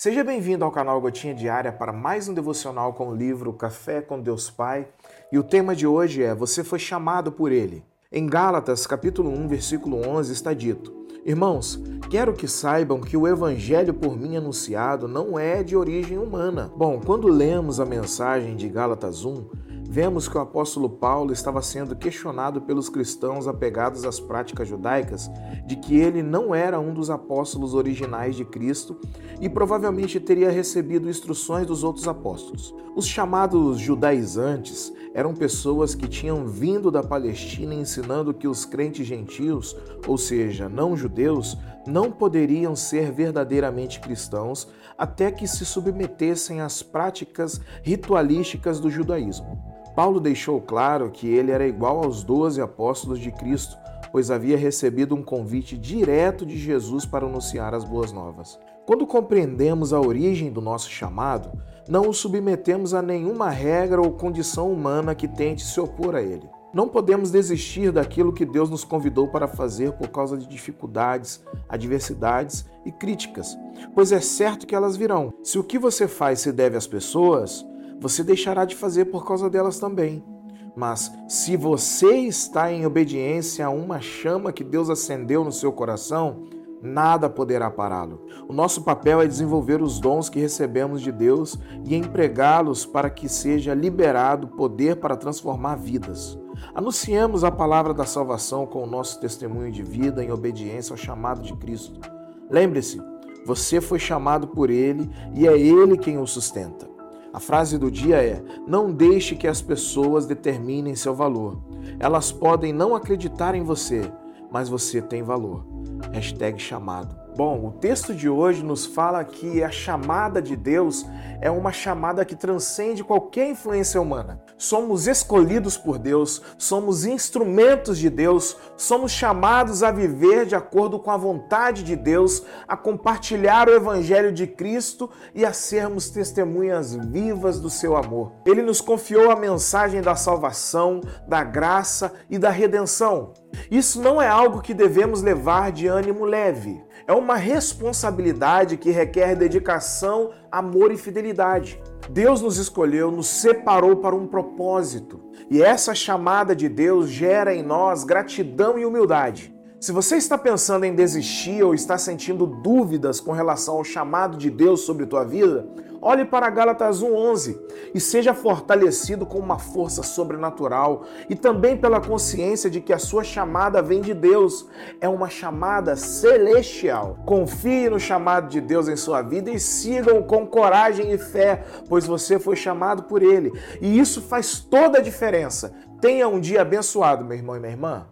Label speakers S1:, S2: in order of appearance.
S1: Seja bem-vindo ao canal Gotinha Diária para mais um devocional com o livro Café com Deus Pai. E o tema de hoje é: Você foi chamado por Ele. Em Gálatas, capítulo 1, versículo 11, está dito: Irmãos, quero que saibam que o evangelho por mim anunciado não é de origem humana. Bom, quando lemos a mensagem de Gálatas 1, vemos que o apóstolo Paulo estava sendo questionado pelos cristãos apegados às práticas judaicas de que ele não era um dos apóstolos originais de Cristo e provavelmente teria recebido instruções dos outros apóstolos. Os chamados judaizantes eram pessoas que tinham vindo da Palestina ensinando que os crentes gentios, ou seja, não judeus, não poderiam ser verdadeiramente cristãos até que se submetessem às práticas ritualísticas do judaísmo. Paulo deixou claro que ele era igual aos 12 apóstolos de Cristo, pois havia recebido um convite direto de Jesus para anunciar as boas novas. Quando compreendemos a origem do nosso chamado, não o submetemos a nenhuma regra ou condição humana que tente se opor a ele. Não podemos desistir daquilo que Deus nos convidou para fazer por causa de dificuldades, adversidades e críticas, pois é certo que elas virão. Se o que você faz se deve às pessoas, você deixará de fazer por causa delas também. Mas se você está em obediência a uma chama que Deus acendeu no seu coração, nada poderá pará-lo. O nosso papel é desenvolver os dons que recebemos de Deus e empregá-los para que seja liberado poder para transformar vidas. Anunciemos a palavra da salvação com o nosso testemunho de vida em obediência ao chamado de Cristo. Lembre-se, você foi chamado por Ele e é Ele quem o sustenta. A frase do dia é: não deixe que as pessoas determinem seu valor. Elas podem não acreditar em você, mas você tem valor. #chamado. Bom, o texto de hoje nos fala que a chamada de Deus é uma chamada que transcende qualquer influência humana. Somos escolhidos por Deus, somos instrumentos de Deus, somos chamados a viver de acordo com a vontade de Deus, a compartilhar o Evangelho de Cristo e a sermos testemunhas vivas do seu amor. Ele nos confiou a mensagem da salvação, da graça e da redenção. Isso não é algo que devemos levar de ânimo leve. É uma responsabilidade que requer dedicação, amor e fidelidade. Deus nos escolheu, nos separou para um propósito. E essa chamada de Deus gera em nós gratidão e humildade. Se você está pensando em desistir ou está sentindo dúvidas com relação ao chamado de Deus sobre tua vida, olhe para Gálatas 1:11 e seja fortalecido com uma força sobrenatural e também pela consciência de que a sua chamada vem de Deus. É uma chamada celestial. Confie no chamado de Deus em sua vida e siga-o com coragem e fé, pois você foi chamado por Ele. E isso faz toda a diferença. Tenha um dia abençoado, meu irmão e minha irmã.